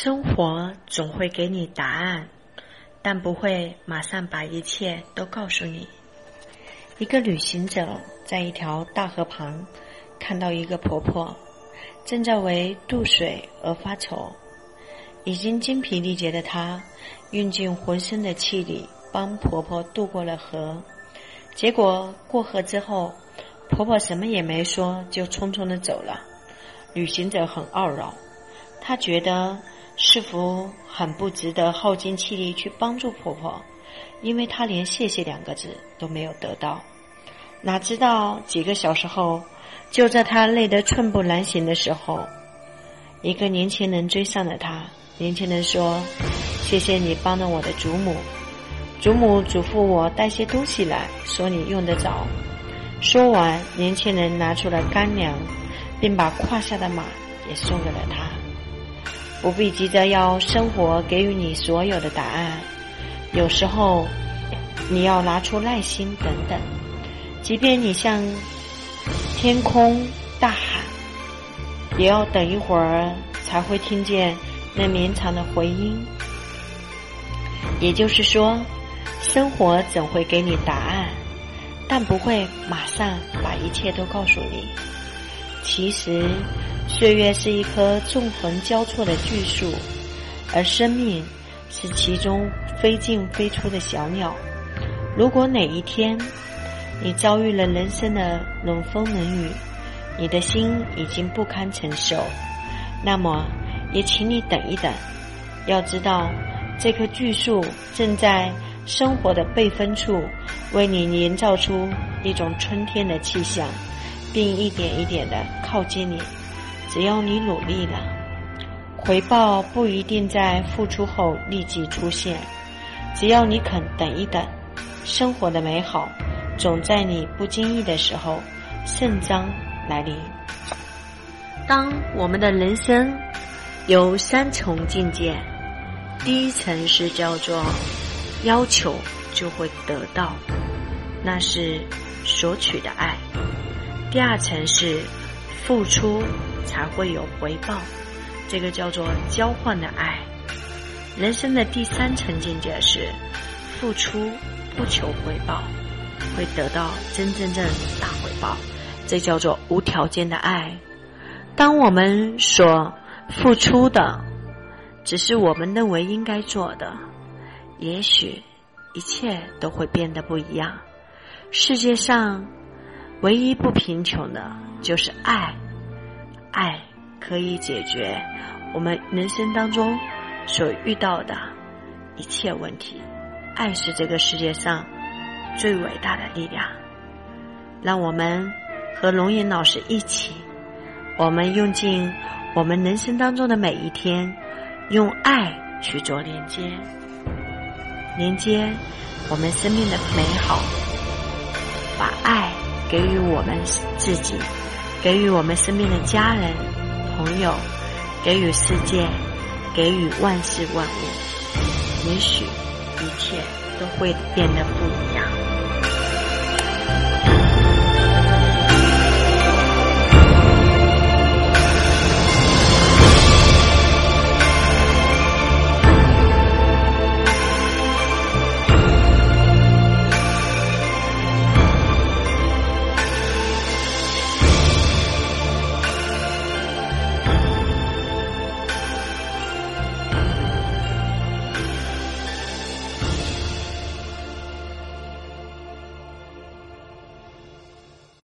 生活总会给你答案，但不会马上把一切都告诉你。一个旅行者在一条大河旁看到一个婆婆正在为渡水而发愁，已经精疲力竭的她用尽浑身的气力帮婆婆渡过了河。结果过河之后，婆婆什么也没说就匆匆地走了。旅行者很懊恼，他觉得是否很不值得耗尽气力去帮助婆婆，因为她连谢谢2个字都没有得到。哪知道几个小时后，就在她累得寸步难行的时候，一个年轻人追上了她。年轻人说：谢谢你帮了我的祖母，祖母嘱咐我带些东西来，说你用得着。说完，年轻人拿出了干粮，并把胯下的马也送给了他。不必急着要生活给予你所有的答案，有时候你要拿出耐心等等，即便你向天空大喊，也要等一会儿才会听见那绵长的回音。也就是说，生活怎会给你答案，但不会马上把一切都告诉你。其实岁月是一棵纵横交错的巨树，而生命是其中飞进飞出的小鸟。如果哪一天你遭遇了人生的冷风冷雨，你的心已经不堪承受，那么也请你等一等。要知道，这棵巨树正在生活的背分处为你营造出一种春天的气象，并一点一点地靠近你。只要你努力了，回报不一定在付出后立即出现，只要你肯等一等，生活的美好总在你不经意的时候盛装来临。当我们的人生有3重境界，第一层是叫做要求就会得到，那是索取的爱。第2层是付出才会有回报，这个叫做交换的爱。人生的第3层境界是付出不求回报，会得到真大回报，这叫做无条件的爱。当我们所付出的只是我们认为应该做的，也许一切都会变得不一样。世界上唯一不贫穷的就是爱，爱可以解决我们人生当中所遇到的一切问题。爱是这个世界上最伟大的力量。让我们和龙岩老师一起，我们用尽我们人生当中的每一天，用爱去做连接，连接我们生命的美好，把爱给予我们自己，给予我们身边的家人朋友，给予世界，给予万事万物。也许一切都会变得不一样。